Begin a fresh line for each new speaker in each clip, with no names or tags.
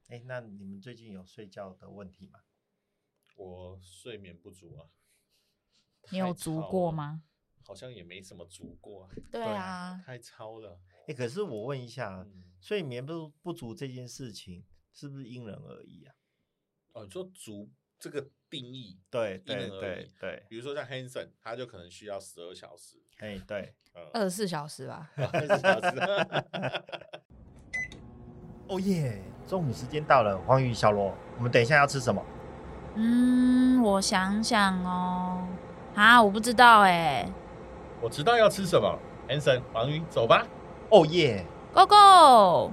那你们最近有睡觉的问题吗？
我睡眠不足啊。
你有足过吗？
好像也没什么足过啊。
对啊，
太超了。
可是我问一下，睡眠不足这件事情是不是因人而异啊？
你说足这个定义，
对
因人而异。
对，
比如说像 Hanson， 他就可能需要12小时。
对
，24小时吧。
24小时。
哦耶！中午时间到了，黄鱼小罗，我们等一下要吃什么？
我想想哦，我不知道哎。
我知道要吃什么 ，Hanson， 黄鱼，走吧。
哦耶
，Go Go！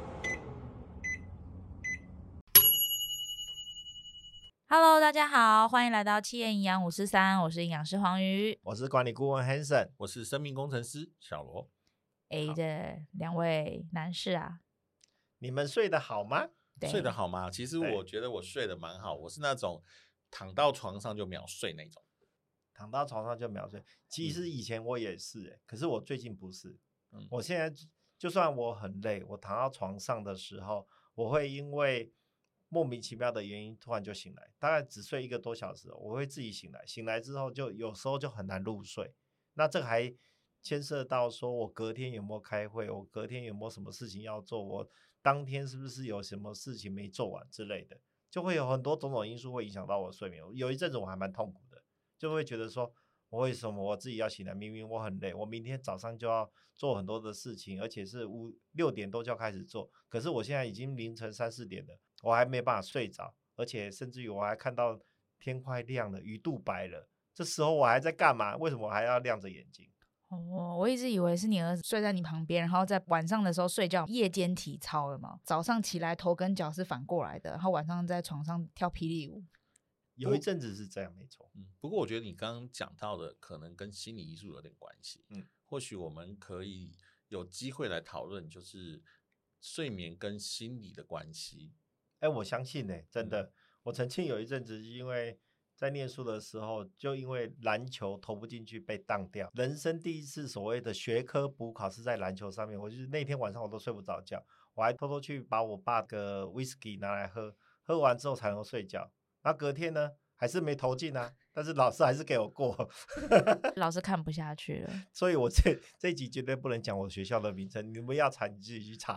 Hello， 大家好，欢迎来到企业营养543，我是营养师黄鱼，
我是管理顾问 Hanson，
我是生命工程师小罗。
这两位男士啊，
你们睡得好吗？
睡得好吗？其实我觉得我睡得蛮好，我是那种躺到床上就秒睡那种。
躺到床上就秒睡，其实以前我也是可是我最近不是。我现在就算我很累，我躺到床上的时候，我会因为莫名其妙的原因突然就醒来，大概只睡1个多小时，我会自己醒来，醒来之后就有时候就很难入睡。那这个还牵涉到说我隔天有没有开会，我隔天有没有什么事情要做，我当天是不是有什么事情没做完之类的，就会有很多种种因素会影响到我睡眠。有一阵子我还蛮痛苦的，就会觉得说我为什么我自己要醒来，明明我很累，我明天早上就要做很多的事情，而且是6点多就要开始做，可是我现在已经凌晨3、4点了，我还没办法睡着，而且甚至于我还看到天快亮了，鱼肚白了，这时候我还在干嘛？为什么我还要亮着眼睛？
我一直以为是你儿子睡在你旁边，然后在晚上的时候睡觉，夜间体操了嘛，早上起来头跟脚是反过来的，然后晚上在床上跳霹雳舞。
有一阵子是这样，没错。
不过我觉得你刚刚讲到的可能跟心理因素有点关系。或许我们可以有机会来讨论，就是睡眠跟心理的关系。
我相信真的，我曾经有一阵子因为在念书的时候，就因为篮球投不进去被当掉，人生第一次所谓的学科补考是在篮球上面，我就是那天晚上我都睡不着觉，我还偷偷去把我爸的 whisky 拿来喝，喝完之后才能睡觉，然后隔天呢还是没投进啊，但是老师还是给我过。
老师看不下去了，
所以我这一集绝对不能讲我学校的名称，你们要查你自己去查。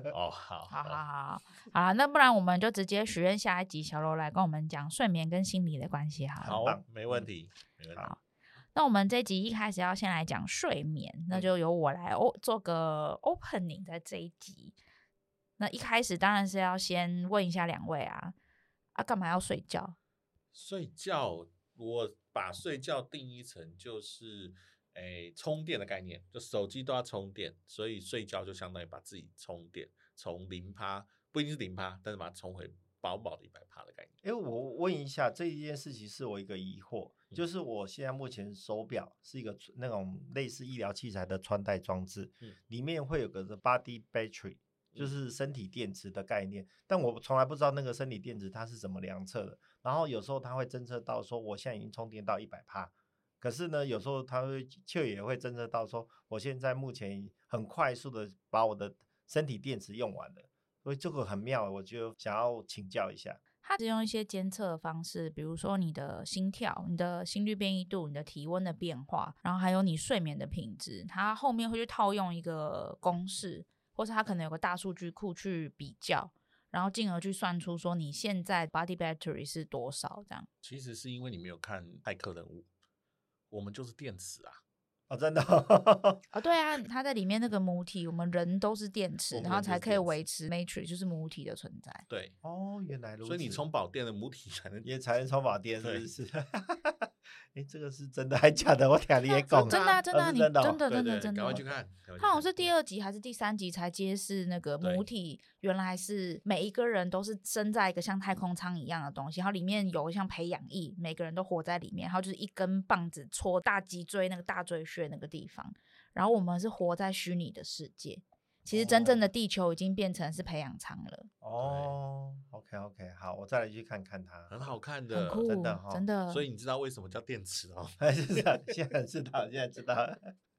好，那不然我们就直接许愿下一集小罗来跟我们讲睡眠跟心理的关系好了。
好，没问题。
好，那我们这集一开始要先来讲睡眠，那就由我来做个 opening 在这一集。那一开始当然是要先问一下两位干嘛要睡觉？
睡觉，我把睡觉定义成就是充电的概念，就手机都要充电，所以睡觉就相当于把自己充电，从0%，不一定是0%，但是把它充回饱饱的100%的概念。
我问一下，这一件事情是我一个疑惑，就是我现在目前手表是一个那种类似医疗器材的穿戴装置，里面会有个 body battery， 就是身体电池的概念，但我从来不知道那个身体电池它是怎么量测的，然后有时候它会侦测到说我现在已经充电到100%，可是呢有时候它却也会侦测到说我现在目前很快速的把我的身体电池用完了，所以这个很妙，我就想要请教一下。
它是用一些监测的方式，比如说你的心跳、你的心率变异度、你的体温的变化，然后还有你睡眠的品质，它后面会去套用一个公式，或是它可能有个大数据库去比较，然后进而去算出说你现在 body battery 是多少这样。
其实是因为你没有看骇客任务，我们就是电池啊。
真的
对啊，它在里面那个母体，我们人都是电池，然后才可以维持 matrix 就是母体的存在。
对，
原来如此。
所以你充饱电的母体才能
充饱电，是不是？这个是真的还假的？我听你也讲，
真的真的，你真的，
赶快去看。
它好像是第2集还是第3集才揭示那个母体原来是每一个人都是生在一个像太空舱一样的东西，然后里面有像培养液，每个人都活在里面，然后就是一根棒子戳大脊椎那个大椎穴那个地方，然后我们是活在虚拟的世界。其实真正的地球已经变成是培养舱了。
OK， 好，我再来去看看它，
很好看的，
很酷，
真的
真的。
所以你知道为什么叫电池哦？
现在知道。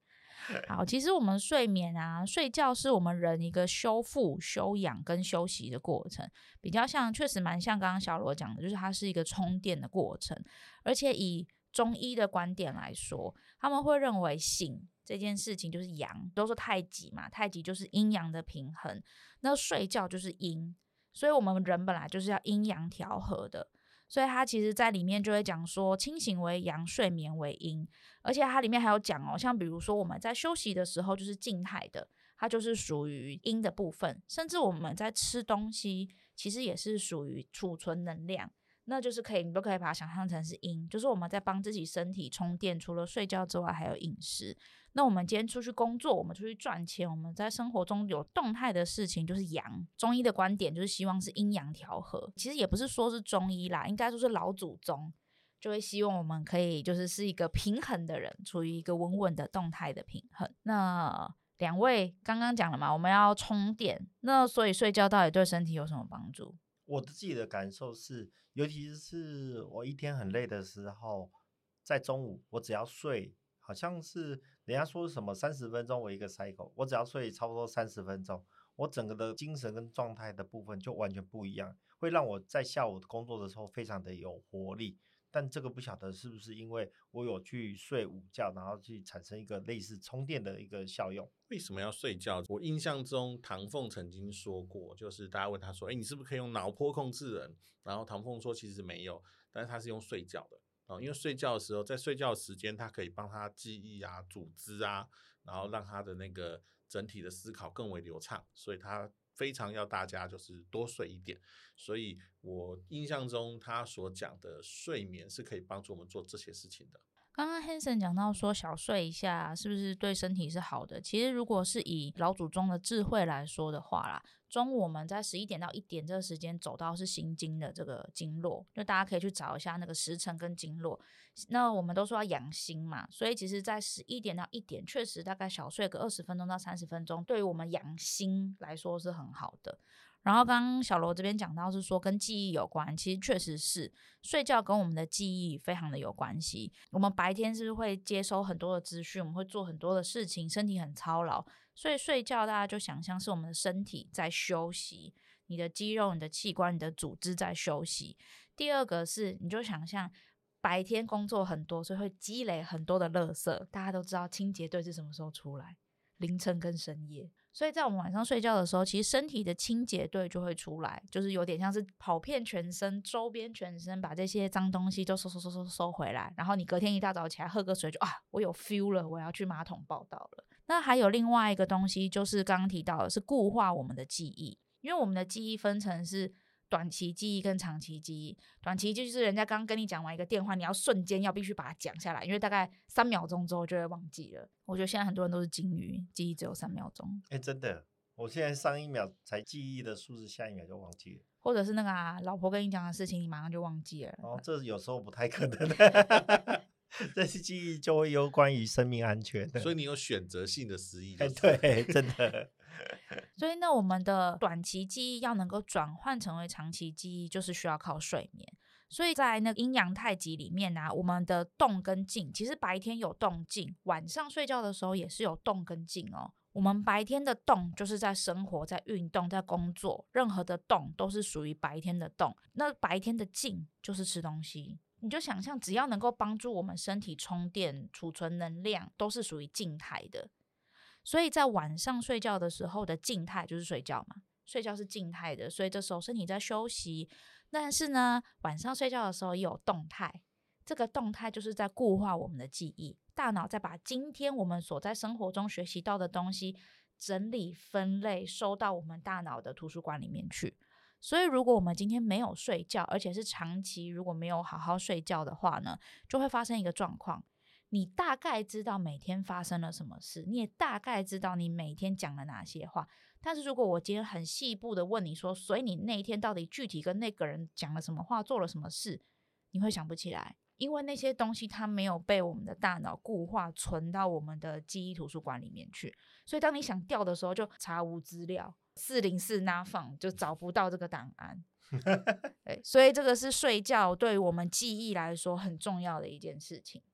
好，其实我们睡眠啊，睡觉是我们人一个修复、修养跟休息的过程，比较像，确实蛮像刚刚小罗讲的，就是它是一个充电的过程。而且以中医的观点来说，他们会认为醒这件事情就是阳，都说太极嘛，太极就是阴阳的平衡，那睡觉就是阴，所以我们人本来就是要阴阳调和的。所以它其实在里面就会讲说，清醒为阳，睡眠为阴。而且它里面还有讲哦，像比如说我们在休息的时候就是静态的，它就是属于阴的部分。甚至我们在吃东西，其实也是属于储存能量，那就是你都可以把它想象成是阴，就是我们在帮自己身体充电。除了睡觉之外，还有饮食。那我们今天出去工作，我们出去赚钱，我们在生活中有动态的事情，就是阳。中医的观点就是希望是阴阳调和，其实也不是说是中医啦，应该说是老祖宗就会希望我们可以是一个平衡的人，处于一个稳稳的动态的平衡。那两位刚刚讲了嘛，我们要充电，那所以睡觉到底对身体有什么帮助？
我自己的感受是，尤其是我一天很累的时候，在中午我只要睡，好像是人家说什么30分钟为一个 cycle， 我只要睡差不多30分钟，我整个的精神跟状态的部分就完全不一样，会让我在下午工作的时候非常的有活力。但这个不晓得是不是因为我有去睡午觉，然后去产生一个类似充电的一个效用。
为什么要睡觉？我印象中唐凤曾经说过，就是大家问他说，你是不是可以用脑波控制人？然后唐凤说其实没有，但是他是用睡觉的。因为睡觉的时候，在睡觉的时间，他可以帮他记忆啊、组织啊，然后让他的那个整体的思考更为流畅，所以他非常要大家就是多睡一点。所以我印象中他所讲的睡眠是可以帮助我们做这些事情的。
刚刚 Hanson 讲到说小睡一下是不是对身体是好的，其实如果是以老祖宗的智慧来说的话啦，中午我们在11点到1点这个时间走到是行经的这个经络，就大家可以去找一下那个时辰跟经络。那我们都说要养心嘛，所以其实在11点到1点确实大概小睡个20分钟到30分钟，对于我们养心来说是很好的。然后刚刚小罗这边讲到是说跟记忆有关，其实确实是睡觉跟我们的记忆非常的有关系。我们白天是会接收很多的资讯，我们会做很多的事情，身体很操劳，所以睡觉大家就想象是我们的身体在休息，你的肌肉、你的器官、你的组织在休息。第二个是你就想象白天工作很多，所以会积累很多的垃圾，大家都知道清洁队是什么时候出来，凌晨跟深夜。所以在我们晚上睡觉的时候，其实身体的清洁队就会出来，就是有点像是跑遍全身、周边全身，把这些脏东西都收回来，然后你隔天一大早起来喝个水就我有 feel 了，我要去马桶报到了。那还有另外一个东西，就是刚刚提到的是固化我们的记忆，因为我们的记忆分成是短期记忆跟长期记忆。短期就是人家刚跟你讲完一个电话，你要瞬间必须把它讲下来，因为大概3秒钟之后就会忘记了。我觉得现在很多人都是金鱼，记忆只有3秒钟。
真的，我现在上1秒才记忆的数字，下1秒就忘记了。
或者是那个老婆跟你讲的事情，你马上就忘记了。
这有时候不太可能这些记忆就会有关于生命安全的，
所以你有选择性的失忆。
对，真的。
所以呢，我们的短期记忆要能够转换成为长期记忆，就是需要靠睡眠。所以在那个阴阳太极里面我们的动跟静，其实白天有动静，晚上睡觉的时候也是有动跟静哦。我们白天的动就是在生活、在运动、在工作，任何的动都是属于白天的动。那白天的静就是吃东西。你就想象只要能够帮助我们身体充电、储存能量，都是属于静态的。所以在晚上睡觉的时候的静态就是睡觉嘛，睡觉是静态的，所以这时候身体在休息。但是呢，晚上睡觉的时候也有动态，这个动态就是在固化我们的记忆，大脑在把今天我们所在生活中学习到的东西整理分类，收到我们大脑的图书馆里面去。所以如果我们今天没有睡觉，而且是长期如果没有好好睡觉的话呢，就会发生一个状况，你大概知道每天发生了什么事，你也大概知道你每天讲了哪些话，但是如果我今天很细部的问你说，所以你那一天到底具体跟那个人讲了什么话，做了什么事，你会想不起来，因为那些东西它没有被我们的大脑固化存到我们的记忆图书馆里面去，所以当你想调的时候就查无资料，404拿放就找不到这个档案对，所以这个是睡觉对于我们记忆来说很重要的一件事情。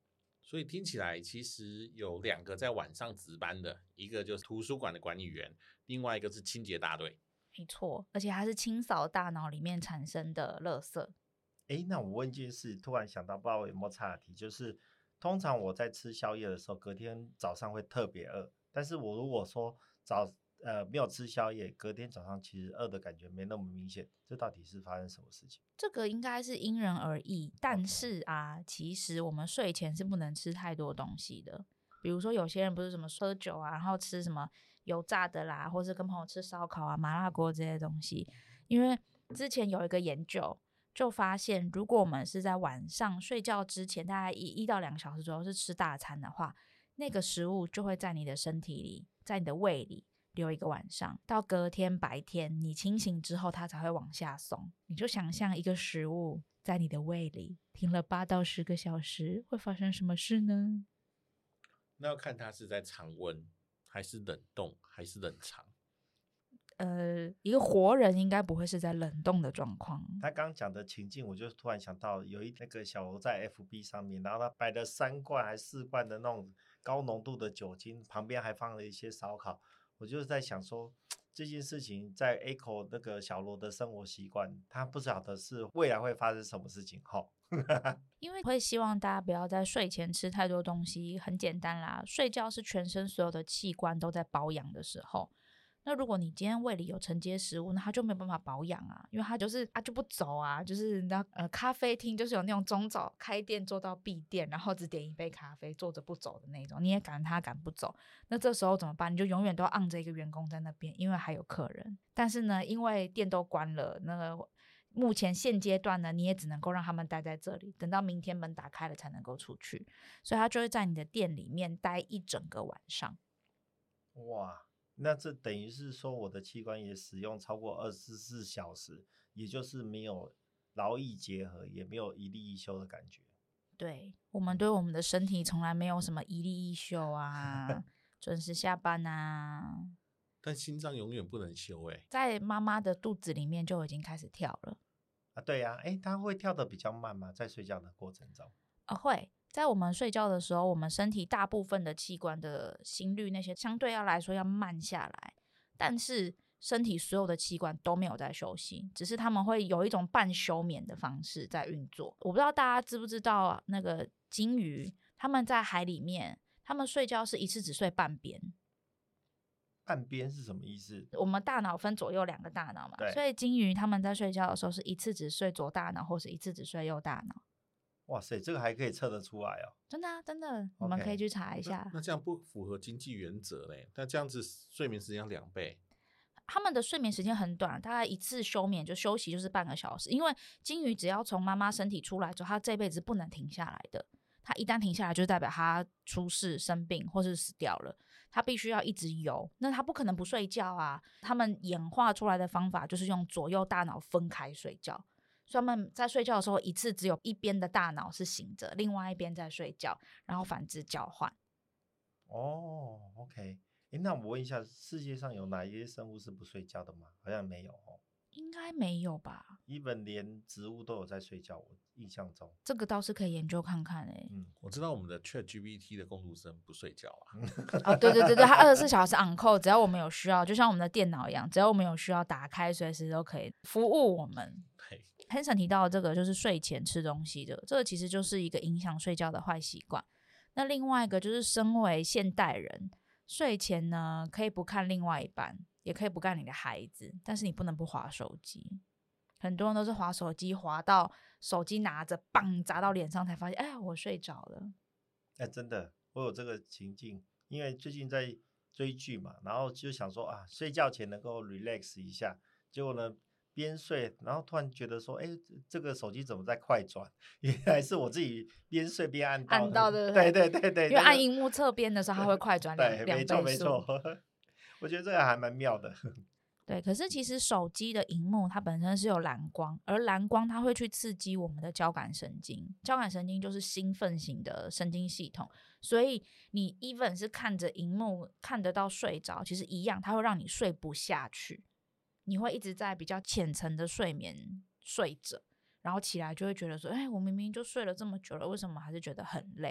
所以听起来其实有2个在晚上值班的，一个就是图书馆的管理员，另外一个是清洁大队。
没错，而且它是清扫大脑里面产生的垃圾。
那我问一件事，突然想到，不知道有没有岔题，就是通常我在吃宵夜的时候，隔天早上会特别饿，但是我如果说没有吃宵夜，隔天早上其实饿的感觉没那么明显，这到底是发生什么事情？
这个应该是因人而异，但是啊，其实我们睡前是不能吃太多东西的。比如说有些人不是什么喝酒啊，然后吃什么油炸的啦，或是跟朋友吃烧烤啊、麻辣锅这些东西。因为之前有一个研究就发现，如果我们是在晚上睡觉之前大概1到2小时左右是吃大餐的话，那个食物就会在你的身体里，在你的胃里留一个晚上，到隔天白天你清醒之后它才会往下送。你就想象一个食物在你的胃里停了8到10个小时，会发生什么事呢？
那要看它是在常温还是冷冻还是冷藏。
一个活人应该不会是在冷冻的状况。
他刚讲的情境，我就突然想到有那个小罗在 FB 上面，然后他摆了3罐还4罐的那种高浓度的酒精，旁边还放了一些烧烤。我就是在想说，这件事情在 Echo 那个小罗的生活习惯，他不晓得是未来会发生什么事情。
因为会希望大家不要在睡前吃太多东西，很简单啦，睡觉是全身所有的器官都在保养的时候。那如果你今天胃里有承接食物，那它就没有办法保养啊，因为它就是就不走啊，就是你知道咖啡厅就是有那种中早开店做到闭店，然后只点一杯咖啡坐着不走的那种，你也赶他赶不走。那这时候怎么办？你就永远都按着一个员工在那边，因为还有客人。但是呢，因为店都关了，那个目前现阶段呢，你也只能够让他们待在这里，等到明天门打开了才能够出去，所以他就会在你的店里面待一整个晚上。
哇，那这等于是说我的器官也使用超过24小时，也就是没有劳逸结合，也没有一例一休的感觉。
对，我们对我们的身体从来没有什么一例一休啊，准时下班啊。
但心脏永远不能休
在妈妈的肚子里面就已经开始跳了
啊。对啊，它会跳得比较慢吗？在睡觉的过程中？
会。在我们睡觉的时候，我们身体大部分的器官的心率那些相对来说要慢下来，但是身体所有的器官都没有在休息，只是他们会有一种半休眠的方式在运作。我不知道大家知不知道，那个鲸鱼他们在海里面，他们睡觉是一次只睡半边。
半边是什么意思？
我们大脑分左右2个大脑嘛，所以鲸鱼他们在睡觉的时候是一次只睡左大脑，或是一次只睡右大脑。
哇塞，这个还可以测得出来哦！
真的啊，真的，你们可以去查一下。
那这样不符合经济原则嘞？那这样子睡眠时间2倍。
他们的睡眠时间很短，大概一次休眠就休息就是半个小时。因为鲸鱼只要从妈妈身体出来之后，它这辈子不能停下来的。它一旦停下来，就代表它出事、生病或是死掉了。它必须要一直游，那它不可能不睡觉啊。他们演化出来的方法就是用左右大脑分开睡觉。所以他们在睡觉的时候，一次只有一边的大脑是醒着，另外一边在睡觉，然后反之交换。
哦 ，OK， 那我问一下，世界上有哪一些生物是不睡觉的吗？好像没有哦。
应该没有吧
even 连植物都有在睡觉，我印象中。
这个倒是可以研究看看
我知道我们的 ChatGPT 的工读生不睡觉
啊。对对对对，他24小时 on call， 只要我们有需要，就像我们的电脑一样，只要我们有需要打开，随时都可以服务我们。Hanson 提到的这个就是睡前吃东西的，这个其实就是一个影响睡觉的坏习惯。那另外一个就是身为现代人，睡前呢可以不看另外一半，也可以不看你的孩子，但是你不能不滑手机。很多人都是滑手机，滑到手机拿着棒砸到脸上才发现，哎，我睡着了。
真的，我有这个情境，因为最近在追剧嘛，然后就想说啊，睡觉前能够 relax 一下，结果呢边睡，然后突然觉得说，这个手机怎么在快转？原来是我自己边睡边按到的。对对对对，
因为按荧幕侧边的时候，它会快转2倍速。
没错，我觉得这个还蛮妙的。
对，可是其实手机的荧幕它本身是有蓝光，而蓝光它会去刺激我们的交感神经，交感神经就是兴奋型的神经系统，所以你 even 是看着荧幕看得到睡着，其实一样，它会让你睡不下去，你会一直在比较浅层的睡眠睡着，然后起来就会觉得说，我明明就睡了这么久了，为什么还是觉得很累？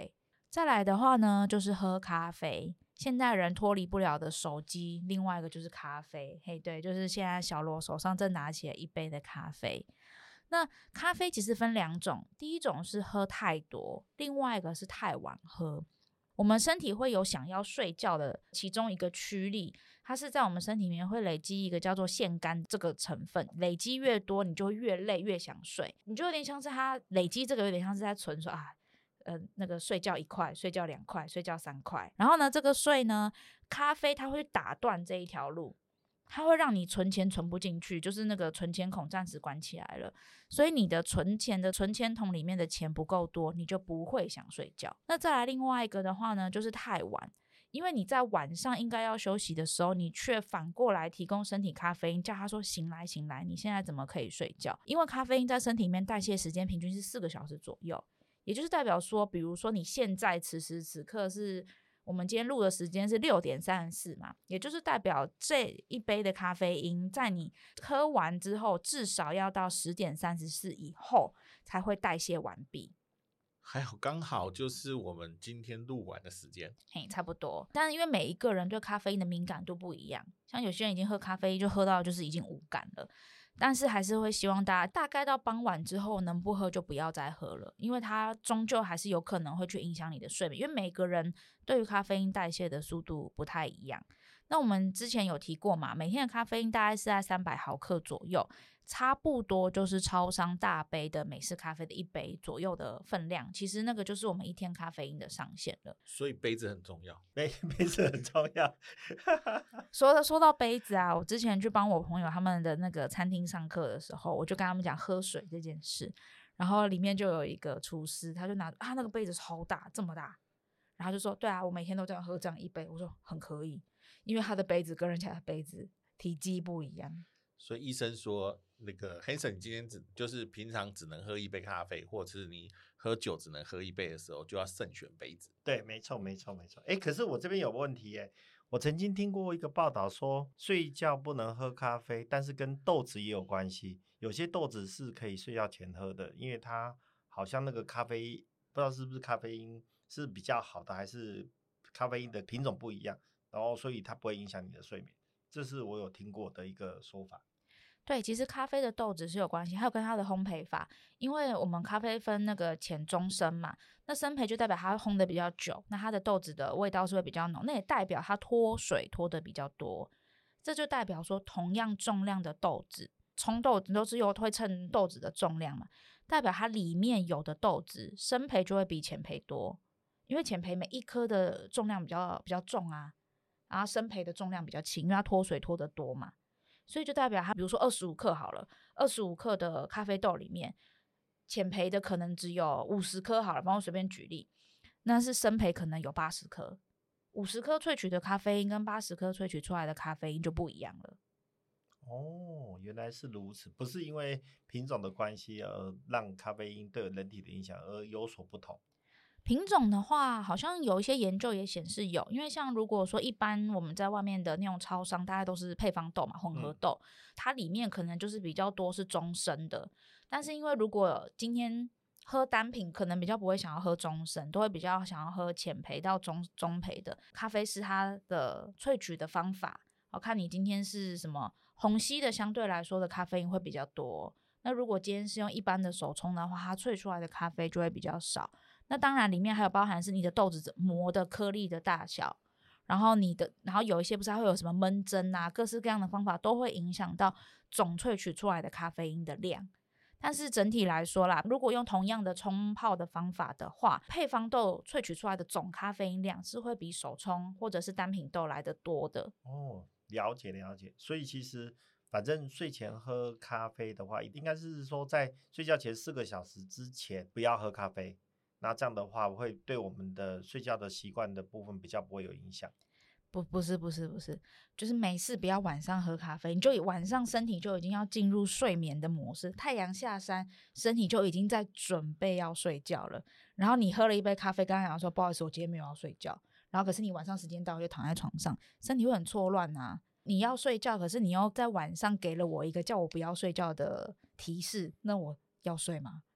再来的话呢，就是喝咖啡。现代人脱离不了的手机，另外一个就是咖啡。嘿，对，就是现在小罗手上正拿起了一杯的咖啡。那咖啡其实分2种，第一种是喝太多，另外一个是太晚喝。我们身体会有想要睡觉的其中一个驱力，它是在我们身体里面会累积一个叫做腺苷这个成分，累积越多你就会越累越想睡，你就有点像是它累积这个有点像是在存说那个睡觉1块，睡觉2块，睡觉3块，然后呢这个睡呢，咖啡它会打断这一条路，它会让你存钱存不进去，就是那个存钱孔暂时关起来了，所以你的存钱筒里面的钱不够多，你就不会想睡觉。那再来另外一个的话呢，就是太晚，因为你在晚上应该要休息的时候，你却反过来提供身体咖啡因，叫他说醒来醒来，你现在怎么可以睡觉？因为咖啡因在身体里面代谢时间平均是4个小时左右，也就是代表说，比如说你现在此时此刻是我们今天录的时间是6点34嘛，也就是代表这一杯的咖啡因在你喝完之后至少要到10点34以后才会代谢完毕。
还有刚好就是我们今天录完的时间，
嘿，差不多。但是因为每一个人对咖啡因的敏感度不一样，像有些人已经喝咖啡就喝到就是已经无感了，但是还是会希望大家大概到傍晚之后能不喝就不要再喝了，因为它终究还是有可能会去影响你的睡眠，因为每个人对于咖啡因代谢的速度不太一样。那我们之前有提过嘛，每天的咖啡因大概是在300毫克左右，差不多就是超商大杯的美式咖啡的1杯左右的分量，其实那个就是我们一天咖啡因的上限了。
所以杯子很重要，
杯子很重要。
说到杯子啊，我之前去帮我朋友他们的那个餐厅上课的时候，我就跟他们讲喝水这件事，然后里面就有一个厨师，他就拿那个杯子超大，这么大，然后就说对啊，我每天都这样喝这样1杯，我说很可以，因为他的杯子跟人家的杯子体积不一样。
所以医生说那个Hanson，你今天就是平常只能喝1杯咖啡，或者是你喝酒只能喝1杯的时候，就要慎选杯子。
对，没错。可是我这边有问题耶，我曾经听过一个报道说，睡觉不能喝咖啡，但是跟豆子也有关系。有些豆子是可以睡觉前喝的，因为它好像那个咖啡不知道是不是咖啡因是比较好的，还是咖啡因的品种不一样，然后所以它不会影响你的睡眠。这是我有听过的一个说法。
对，其实咖啡的豆子是有关系，还有跟它的烘焙法，因为我们咖啡分那个浅中深嘛，那深焙就代表它烘的比较久，那它的豆子的味道是会比较浓，那也代表它脱水脱的比较多，这就代表说同样重量的豆子，冲豆子都是会称豆子的重量嘛，代表它里面有的豆子深焙就会比浅焙多，因为浅焙每一颗的重量比较重啊，然后深焙的重量比较轻，因为它脱水脱得多嘛。所以就代表它，比如说25克好了，25克的咖啡豆里面，浅焙的可能只有50颗好了，帮我随便举例，那是深焙可能有80颗，50颗萃取的咖啡因跟80颗萃取出来的咖啡因就不一样了。
哦，原来是如此，不是因为品种的关系而让咖啡因对人体的影响而有所不同。
品种的话，好像有一些研究也显示有，因为像如果说一般我们在外面的那种超商，大概都是配方豆嘛，混合豆，它里面可能就是比较多是中深的，但是因为如果今天喝单品，可能比较不会想要喝中深，都会比较想要喝浅焙到中焙的咖啡，是它的萃取的方法，看你今天是什么虹吸的，相对来说的咖啡因会比较多。那如果今天是用一般的手冲的话，它萃出来的咖啡就会比较少。那当然里面还有包含是你的豆子磨的颗粒的大小，然后有一些不是还会有什么焖蒸啊，各式各样的方法都会影响到总萃取出来的咖啡因的量。但是整体来说啦，如果用同样的冲泡的方法的话，配方豆萃取出来的总咖啡因量是会比手冲或者是单品豆来的多的。
哦，了解。所以其实反正睡前喝咖啡的话，应该是说在睡觉前4个小时之前不要喝咖啡，那这样的话会对我们的睡觉的习惯的部分比较不会有影响。
不是，就是没事不要晚上喝咖啡，你就晚上身体就已经要进入睡眠的模式，太阳下山，身体就已经在准备要睡觉了。然后你喝了一杯咖啡，刚才讲说不好意思，我今天没有要睡觉，然后可是你晚上时间到就躺在床上，身体会很错乱啊。你要睡觉，可是你又在晚上给了我一个叫我不要睡觉的提示，那我要睡吗？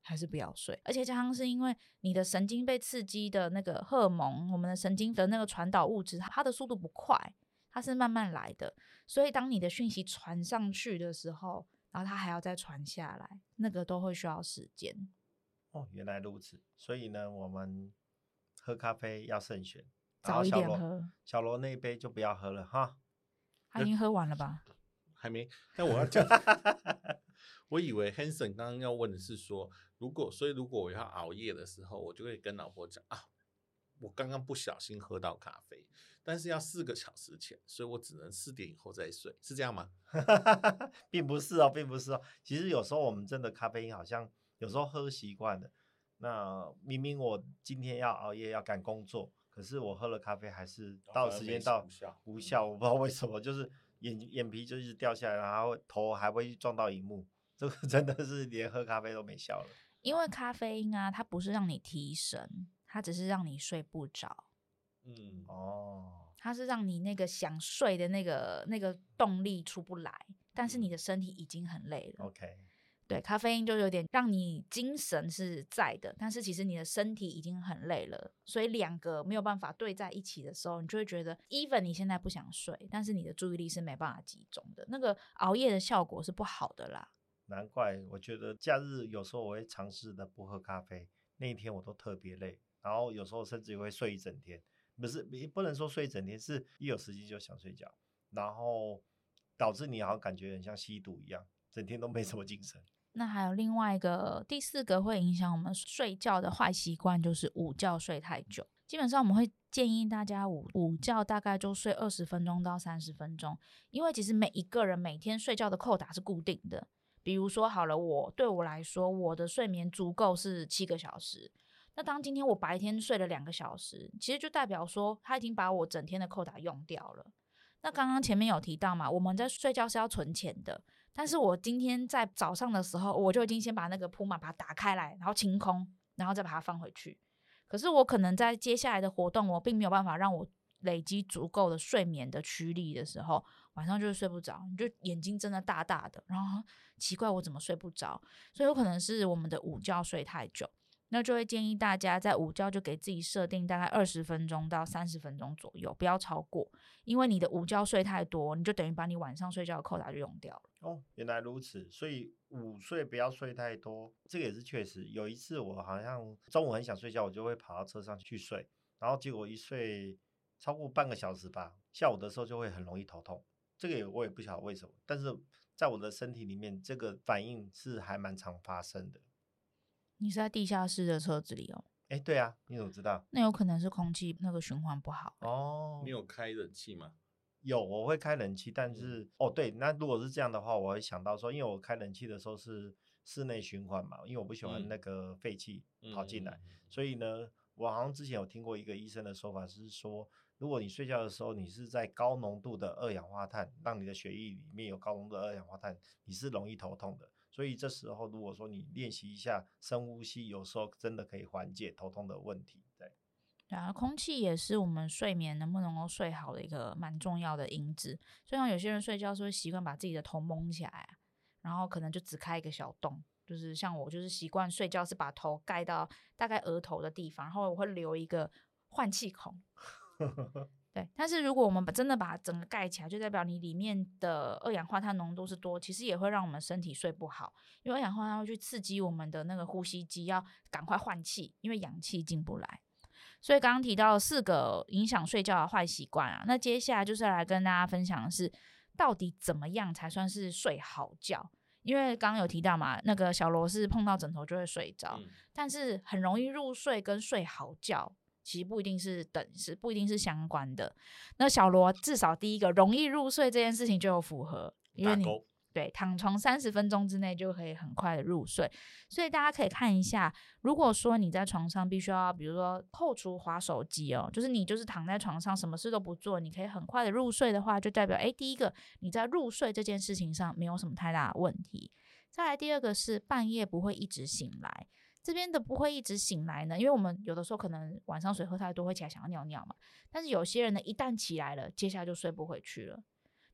还是不要睡。而且加上是因为你的神经被刺激的那个荷尔蒙，我们的神经的那个传导物质，它的速度不快，它是慢慢来的，所以当你的讯息传上去的时候，然后它还要再传下来，那个都会需要时间。
哦，原来如此。所以呢，我们喝咖啡要慎选，
早一点喝。
小罗那一杯就不要喝了哈。
他已经喝完了吧？
还没。但我要讲，我以为 Hanson 刚刚要问的是说，如果我要熬夜的时候，我就会跟老婆讲啊，我刚刚不小心喝到咖啡，但是要4个小时前，所以我只能4点以后再睡，是这样吗？
并不是哦，并不是哦。其实有时候我们真的咖啡因好像有时候喝习惯了，那明明我今天要熬夜要赶工作，可是我喝了咖啡还是到时间到无效，我不知道为什么，就是眼皮就一直掉下来，然后头还会撞到荧幕，这个真的是连喝咖啡都没效了。
因为咖啡因啊，它不是让你提神，它只是让你睡不着。它是让你那个想睡的那个动力出不来，但是你的身体已经很累了。
OK，
对，咖啡因就有点让你精神是在的，但是其实你的身体已经很累了，所以2个没有办法对在一起的时候，你就会觉得 even 你现在不想睡，但是你的注意力是没办法集中的，那个熬夜的效果是不好的啦。
难怪我觉得假日有时候我会尝试的不喝咖啡，那一天我都特别累，然后有时候甚至会睡一整天，不能说睡一整天，是一有时间就想睡觉，然后导致你好像感觉很像吸毒一样，整天都没什么精神。
那还有另外一个第4个会影响我们睡觉的坏习惯，就是午觉睡太久。基本上我们会建议大家午觉大概就睡20分钟到30分钟，因为其实每一个人每天睡觉的扣打是固定的。比如说好了，对我来说，我的睡眠足够是7个小时。那当今天我白天睡了2个小时，其实就代表说他已经把我整天的扣打用掉了。那刚刚前面有提到嘛，我们在睡觉是要存钱的，但是我今天在早上的时候，我就已经先把那个铺满把它打开来，然后清空，然后再把它放回去。可是我可能在接下来的活动，我并没有办法让我累积足够的睡眠的驱力的时候，晚上就是睡不着，你就眼睛睁得大大的，然后奇怪我怎么睡不着，所以有可能是我们的午觉睡太久。那就会建议大家在午觉就给自己设定大概20分钟到30分钟左右，不要超过，因为你的午觉睡太多，你就等于把你晚上睡觉的扣打就用掉了。
哦，原来如此，所以午睡不要睡太多，这个也是确实。有一次我好像中午很想睡觉，我就会跑到车上去睡，然后结果一睡超过半个小时吧，下午的时候就会很容易头痛。这个我也不晓得为什么，但是在我的身体里面，这个反应是还蛮常发生的。
你是在地下室的车子里哦？
对啊，你怎么知道？
那有可能是空气那个循环不好
哦。
你有开冷气吗？
有，我会开冷气，但是对，那如果是这样的话，我会想到说，因为我开冷气的时候是室内循环嘛，因为我不喜欢那个废气跑进来，所以呢，我好像之前有听过一个医生的说法是说，如果你睡觉的时候你是在高浓度的二氧化碳，让你的血液里面有高浓度的二氧化碳，你是容易头痛的。所以这时候如果说你练习一下深呼吸，有时候真的可以缓解头痛的问题。对。
然后空气也是我们睡眠能不能够睡好的一个蛮重要的因子。所以像有些人睡觉是会习惯把自己的头蒙起来，然后可能就只开一个小洞，就是像我就是习惯睡觉是把头盖到大概额头的地方，然后我会留一个换气孔。对，但是如果我们真的把它整个盖起来，就代表你里面的二氧化碳浓度是多，其实也会让我们身体睡不好，因为二氧化碳会去刺激我们的那个呼吸机，要赶快换气，因为氧气进不来。所以刚刚提到4个影响睡觉的坏习惯啊，那接下来就是来跟大家分享的是，到底怎么样才算是睡好觉？因为刚刚有提到嘛，那个小罗是碰到枕头就会睡着，但是很容易入睡跟睡好觉其实不一定是不一定是相关的。那小罗至少第一个容易入睡这件事情就有符合，因为你对躺床30分钟之内就可以很快的入睡。所以大家可以看一下，如果说你在床上必须要比如说扣除滑手机就是你就是躺在床上什么事都不做，你可以很快的入睡的话，就代表第一个你在入睡这件事情上没有什么太大的问题。再来第二个是半夜不会一直醒来。这边的不会一直醒来呢，因为我们有的时候可能晚上水喝太多会起来想要尿尿嘛，但是有些人呢一旦起来了，接下来就睡不回去了。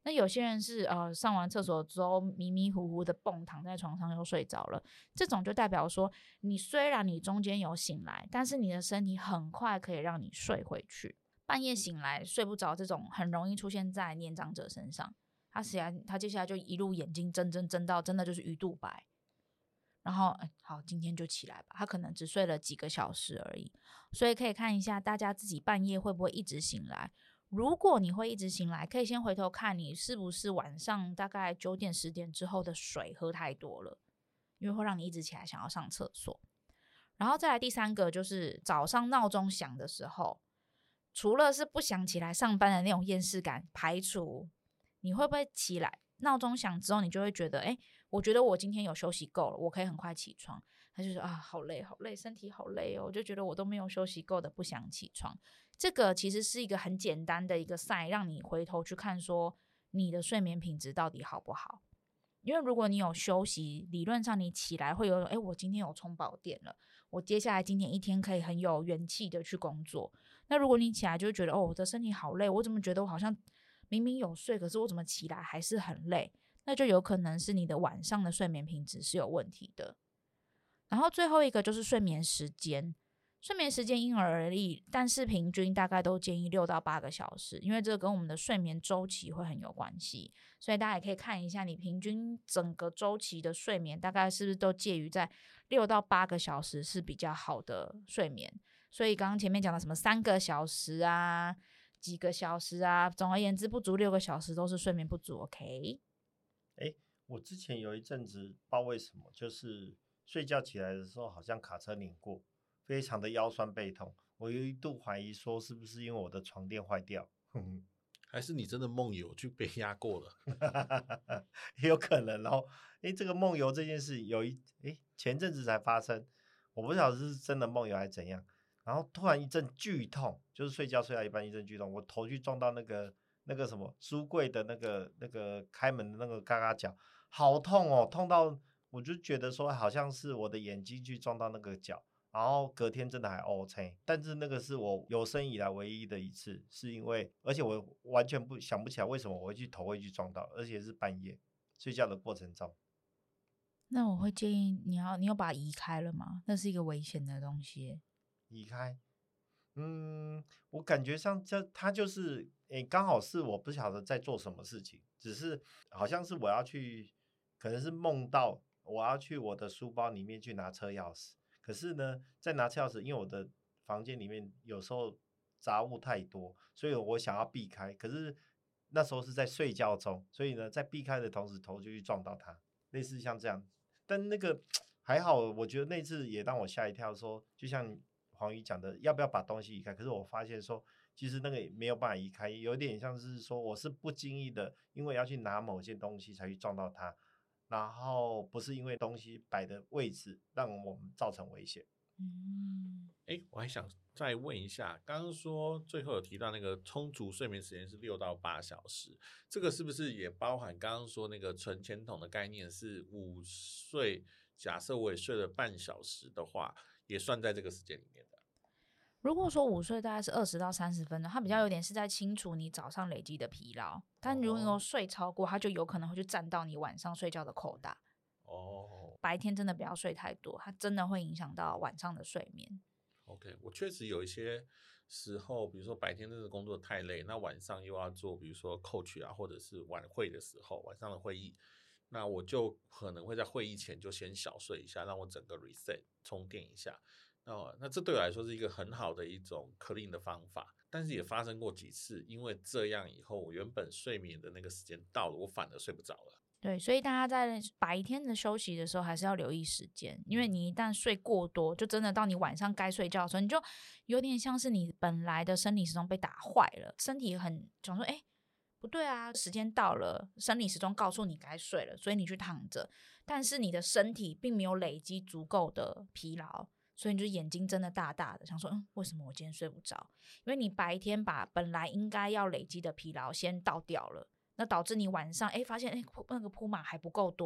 那有些人是上完厕所之后迷迷糊糊的蹦躺在床上又睡着了，这种就代表说你虽然你中间有醒来，但是你的身体很快可以让你睡回去。半夜醒来睡不着这种很容易出现在年长者身上，他接下来就一路眼睛睁到真的就是鱼肚白，然后好，今天就起来吧，他可能只睡了几个小时而已。所以可以看一下大家自己半夜会不会一直醒来。如果你会一直醒来，可以先回头看你是不是晚上大概9点10点之后的水喝太多了，因为会让你一直起来想要上厕所。然后再来第3个就是早上闹钟响的时候，除了是不想起来上班的那种厌世感排除，你会不会起来闹钟响之后你就会觉得我觉得我今天有休息够了，我可以很快起床。他就说好累好累，身体好累哦，我就觉得我都没有休息够的不想起床。这个其实是一个很简单的一个 sign， 让你回头去看说你的睡眠品质到底好不好。因为如果你有休息，理论上你起来会有我今天有充饱电了，我接下来今天一天可以很有元气的去工作。那如果你起来就会觉得我的身体好累，我怎么觉得我好像明明有睡，可是我怎么起来还是很累，那就有可能是你的晚上的睡眠品质是有问题的。然后最后一个就是睡眠时间，睡眠时间因人而异，但是平均大概都建议6到8个小时，因为这个跟我们的睡眠周期会很有关系，所以大家也可以看一下你平均整个周期的睡眠大概是不是都介于在6到8个小时是比较好的睡眠。所以刚刚前面讲的什么3个小时啊几个小时啊，总而言之不足6个小时都是睡眠不足。 OK，
我之前有一阵子不知道为什么，就是睡觉起来的时候好像卡车碾过，非常的腰酸背痛。我有一度怀疑说是不是因为我的床垫坏掉，
还是你真的梦游去被压过了？
也有可能哦。这个梦游这件事前阵子才发生，我不晓得是真的梦游还是怎样。然后突然一阵剧痛，就是睡觉睡到一半一阵剧痛，我头去撞到那个什么书柜的那个开门的那个嘎嘎角，好痛哦，痛到我就觉得说好像是我的眼睛去撞到那个角，然后隔天真的还 OK， 但是那个是我有生以来唯一的一次，是因为而且我完全想不起来为什么我头会去撞到，而且是半夜睡觉的过程中。
那我会建议你有把它移开了吗？那是一个危险的东西。
移开，我感觉上它就是刚好是我不晓得在做什么事情，只是好像是我要去，可能是梦到我要去我的书包里面去拿车钥匙，可是呢在拿车钥匙，因为我的房间里面有时候杂物太多，所以我想要避开，可是那时候是在睡觉中，所以呢在避开的同时头就去撞到它，类似像这样。但那个还好，我觉得那次也让我吓一跳，说就像黄瑜讲的，要不要把东西移开？可是我发现说，其实那个也没有办法移开，有点像是说我是不经意的，因为要去拿某件东西才去撞到它，然后不是因为东西摆的位置让我们造成危险。
我还想再问一下，刚刚说最后有提到那个充足睡眠时间是6到8小时，这个是不是也包含刚刚说那个存钱筒的概念是午睡？假设我也睡了半小时的话，也算在这个时间里面的。
如果说午睡大概是20到30分钟，它比较有点是在清除你早上累积的疲劳，但如果睡超过，它就有可能会去占到你晚上睡觉的扣打。白天真的不要睡太多，它真的会影响到晚上的睡眠。
OK， 我确实有一些时候，比如说白天真的工作太累，那晚上又要做，比如说 coach 啊，或者是晚会的时候，晚上的会议，那我就可能会在会议前就先小睡一下，让我整个 reset 充电一下。那这对我来说是一个很好的一种 clean 的方法，但是也发生过几次，因为这样以后我原本睡眠的那个时间到了，我反而睡不着了。
对，所以大家在白天的休息的时候还是要留意时间，因为你一旦睡过多，就真的到你晚上该睡觉的时候，你就有点像是你本来的生理时钟被打坏了，身体很想说不对啊，时间到了，生理时钟告诉你该睡了，所以你去躺着，但是你的身体并没有累积足够的疲劳，所以你就眼睛真的大大的想说为什么我今天睡不着？因为你白天把本来应该要累积的疲劳先倒掉了，那导致你晚上发现那个铺满还不够多，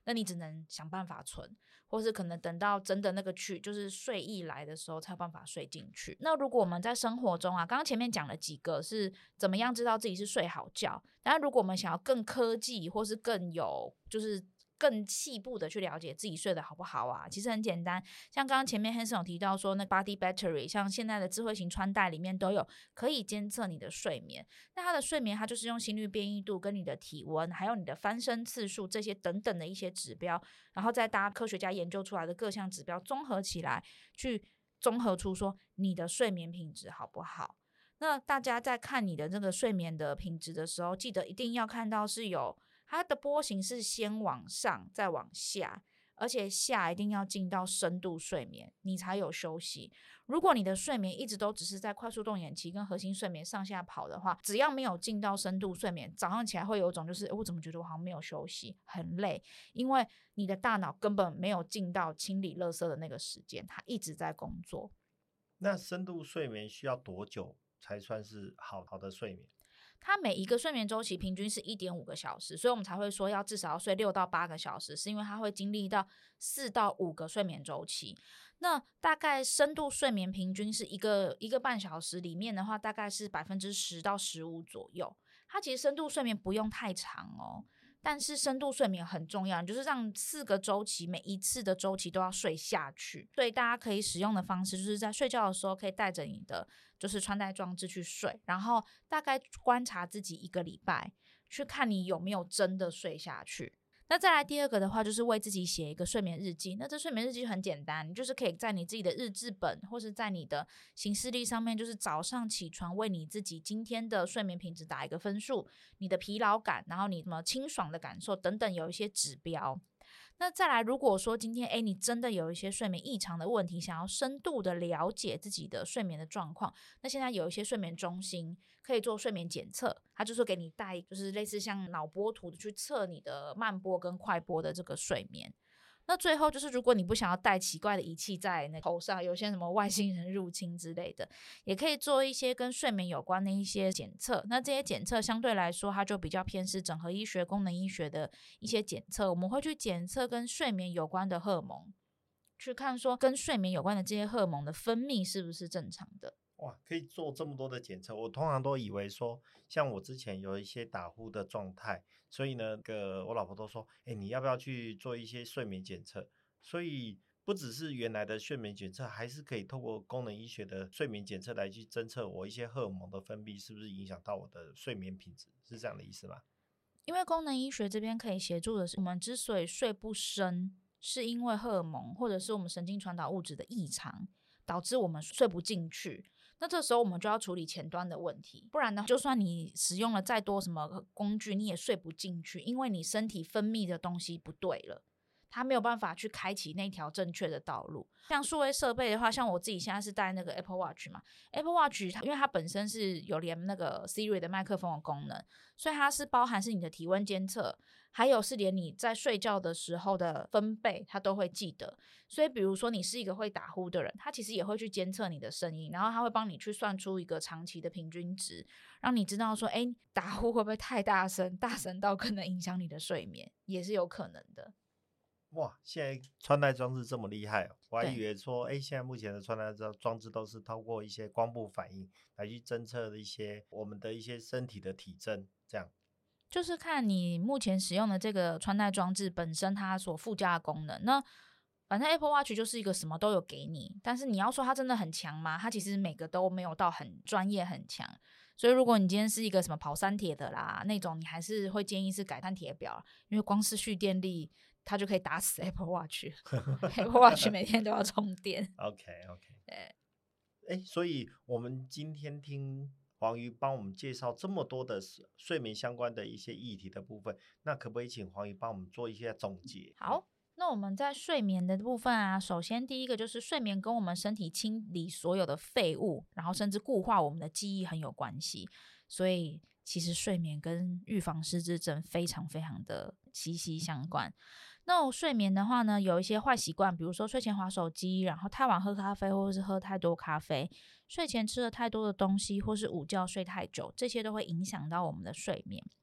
那你只能想办法存，或是可能等到真的那个就是睡意来的时候才有办法睡进去。那如果我们在生活中啊，刚刚前面讲了几个是怎么样知道自己是睡好觉，但如果我们想要更科技或是更有就是更细部的去了解自己睡得好不好啊，其实很简单，像刚刚前面 Hanson 有提到说那 Body Battery， 像现在的智慧型穿戴里面都有可以监测你的睡眠，那它的睡眠它就是用心率变异度跟你的体温还有你的翻身次数这些等等的一些指标，然后再搭科学家研究出来的各项指标综合起来，去综合出说你的睡眠品质好不好。那大家在看你的这个睡眠的品质的时候，记得一定要看到是有它的波形是先往上再往下，而且下一定要进到深度睡眠，你才有休息。如果你的睡眠一直都只是在快速动眼期跟核心睡眠上下跑的话，只要没有进到深度睡眠，早上起来会有一种就是我怎么觉得我好像没有休息，很累，因为你的大脑根本没有进到清理垃圾的那个时间，它一直在工作。
那深度睡眠需要多久才算是好的睡眠？
它每一个睡眠周期平均是 1.5 个小时，所以我们才会说要至少要睡6到8个小时，是因为它会经历到4到5个睡眠周期。那大概深度睡眠平均是一个半小时里面的话，大概是10%到15%左右。它其实深度睡眠不用太长哦，但是深度睡眠很重要，就是让4个周期每一次的周期都要睡下去。所以大家可以使用的方式就是在睡觉的时候可以带着你的就是穿戴装置去睡，然后大概观察自己1个礼拜，去看你有没有真的睡下去。那再来第二个的话，就是为自己写一个睡眠日记。那这睡眠日记很简单，你就是可以在你自己的日志本或是在你的行事历上面，就是早上起床为你自己今天的睡眠品质打一个分数，你的疲劳感，然后你什么清爽的感受等等，有一些指标。那再来，如果说今天你真的有一些睡眠异常的问题，想要深度的了解自己的睡眠的状况，那现在有一些睡眠中心可以做睡眠检测，它就是给你带就是类似像脑波图去测你的慢波跟快波的这个睡眠。那最后就是如果你不想要带奇怪的仪器在那头上，有些什么外星人入侵之类的，也可以做一些跟睡眠有关的一些检测。那这些检测相对来说它就比较偏是整合医学功能医学的一些检测，我们会去检测跟睡眠有关的荷尔蒙，去看说跟睡眠有关的这些荷尔蒙的分泌是不是正常的。
哇，可以做这么多的检测，我通常都以为说像我之前有一些打呼的状态，所以呢我老婆都说你要不要去做一些睡眠检测，所以不只是原来的睡眠检测，还是可以透过功能医学的睡眠检测来去侦测我一些荷尔蒙的分泌是不是影响到我的睡眠品质，是这样的意思吗？
因为功能医学这边可以协助的是，我们之所以睡不深，是因为荷尔蒙或者是我们神经传导物质的异常导致我们睡不进去。那这时候我们就要处理前端的问题，不然呢，就算你使用了再多什么工具，你也睡不进去，因为你身体分泌的东西不对了，它没有办法去开启那条正确的道路。像数位设备的话，像我自己现在是戴那个 Apple Watch 嘛， Apple Watch 因为它本身是有连那个 Siri 的麦克风的功能，所以它是包含是你的体温监测，还有是连你在睡觉的时候的分贝它都会记得。所以比如说你是一个会打呼的人，它其实也会去监测你的声音，然后它会帮你去算出一个长期的平均值，让你知道说打呼会不会太大声，大声到可能影响你的睡眠，也是有可能的。
哇，现在穿戴装置这么厉害我还以为说现在目前的穿戴装置都是透过一些光谱反应来去侦测一些我们的一些身体的体征，这样
就是看你目前使用的这个穿戴装置本身它所附加的功能。那反正 Apple Watch 就是一个什么都有给你，但是你要说它真的很强吗？它其实每个都没有到很专业很强，所以如果你今天是一个什么跑三铁的啦那种，你还是会建议是改碳铁表，因为光是蓄电力它就可以打死 Apple Watch Apple Watch 每天都要充电
OK 对。所以我们今天听黄瑜帮我们介绍这么多的睡眠相关的一些议题的部分，那可不可以请黄瑜帮我们做一些总结？
好，那我们在睡眠的部分啊，首先第一个就是睡眠跟我们身体清理所有的废物，然后甚至固化我们的记忆很有关系，所以其实睡眠跟预防失智症非常非常的息息相关。那睡眠的话呢，有一些坏习惯，比如说睡前滑手机，然后太晚喝咖啡，或者是喝太多咖啡，睡前吃了太多的东西，或是午觉睡太久，这些都会影响到我们的睡眠。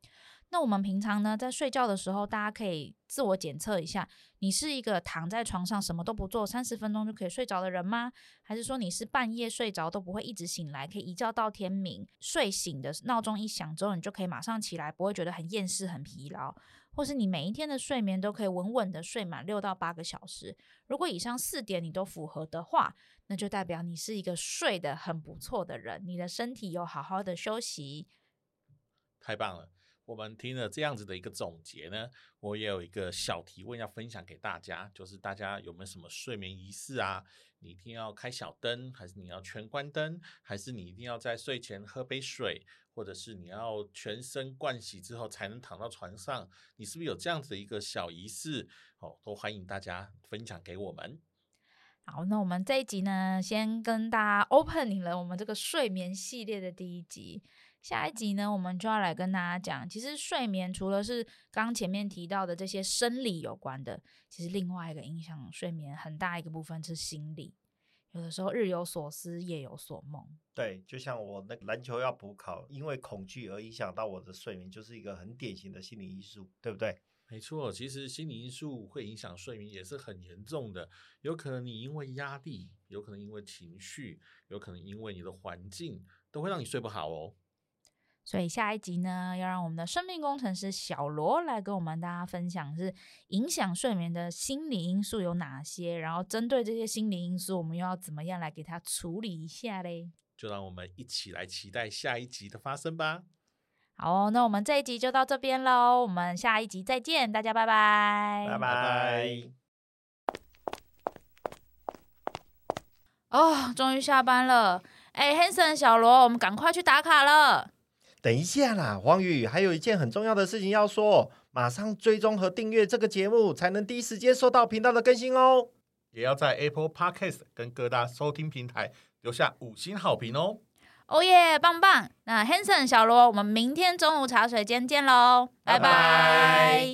那我们平常呢，在睡觉的时候，大家可以自我检测一下，你是一个躺在床上什么都不做30分钟就可以睡着的人吗？还是说你是半夜睡着都不会一直醒来，可以一觉到天明，睡醒的闹钟一响之后你就可以马上起来，不会觉得很厌世很疲劳？或是你每一天的睡眠都可以稳稳的睡满6到8个小时？如果以上4点你都符合的话，那就代表你是一个睡得很不错的人，你的身体有好好的休息。
太棒了，我们听了这样子的一个总结呢，我也有一个小提问要分享给大家，就是大家有没有什么睡眠仪式啊？你一定要开小灯，还是你要全关灯，还是你一定要在睡前喝杯水，或者是你要全身盥洗之后才能躺到床上？你是不是有这样子的一个小仪式？都欢迎大家分享给我们。
好，那我们这一集呢，先跟大家 opening 了我们这个睡眠系列的第1集。下一集呢，我们就要来跟大家讲，其实睡眠除了是刚前面提到的这些生理有关的，其实另外一个影响睡眠很大一个部分是心理。有的时候日有所思，夜有所梦。
对，就像我那个篮球要补考，因为恐惧而影响到我的睡眠，就是一个很典型的心理因素，对不对？
没错，其实心理因素会影响睡眠也是很严重的，有可能你因为压力，有可能因为情绪，有可能因为你的环境，都会让你睡不好哦。
所以下一集呢，要让我们的生命工程师小罗来跟我们大家分享是影响睡眠的心理因素有哪些，然后针对这些心理因素，我们又要怎么样来给它处理一下嘞？
就让我们一起来期待下一集的发生吧。
好，那我们这一集就到这边咯，我们下一集再见，大家拜拜，
拜拜。
哦，终于下班了。Hanson 小罗，我们赶快去打卡了。
等一下啦，黄宇，还有一件很重要的事情要说，马上追踪和订阅这个节目，才能第一时间收到频道的更新哦。
也要在 Apple Podcast 跟各大收听平台留下5星好评哦。
哦耶，棒棒！那 Hanson 小罗，我们明天中午茶水间见喽，拜拜。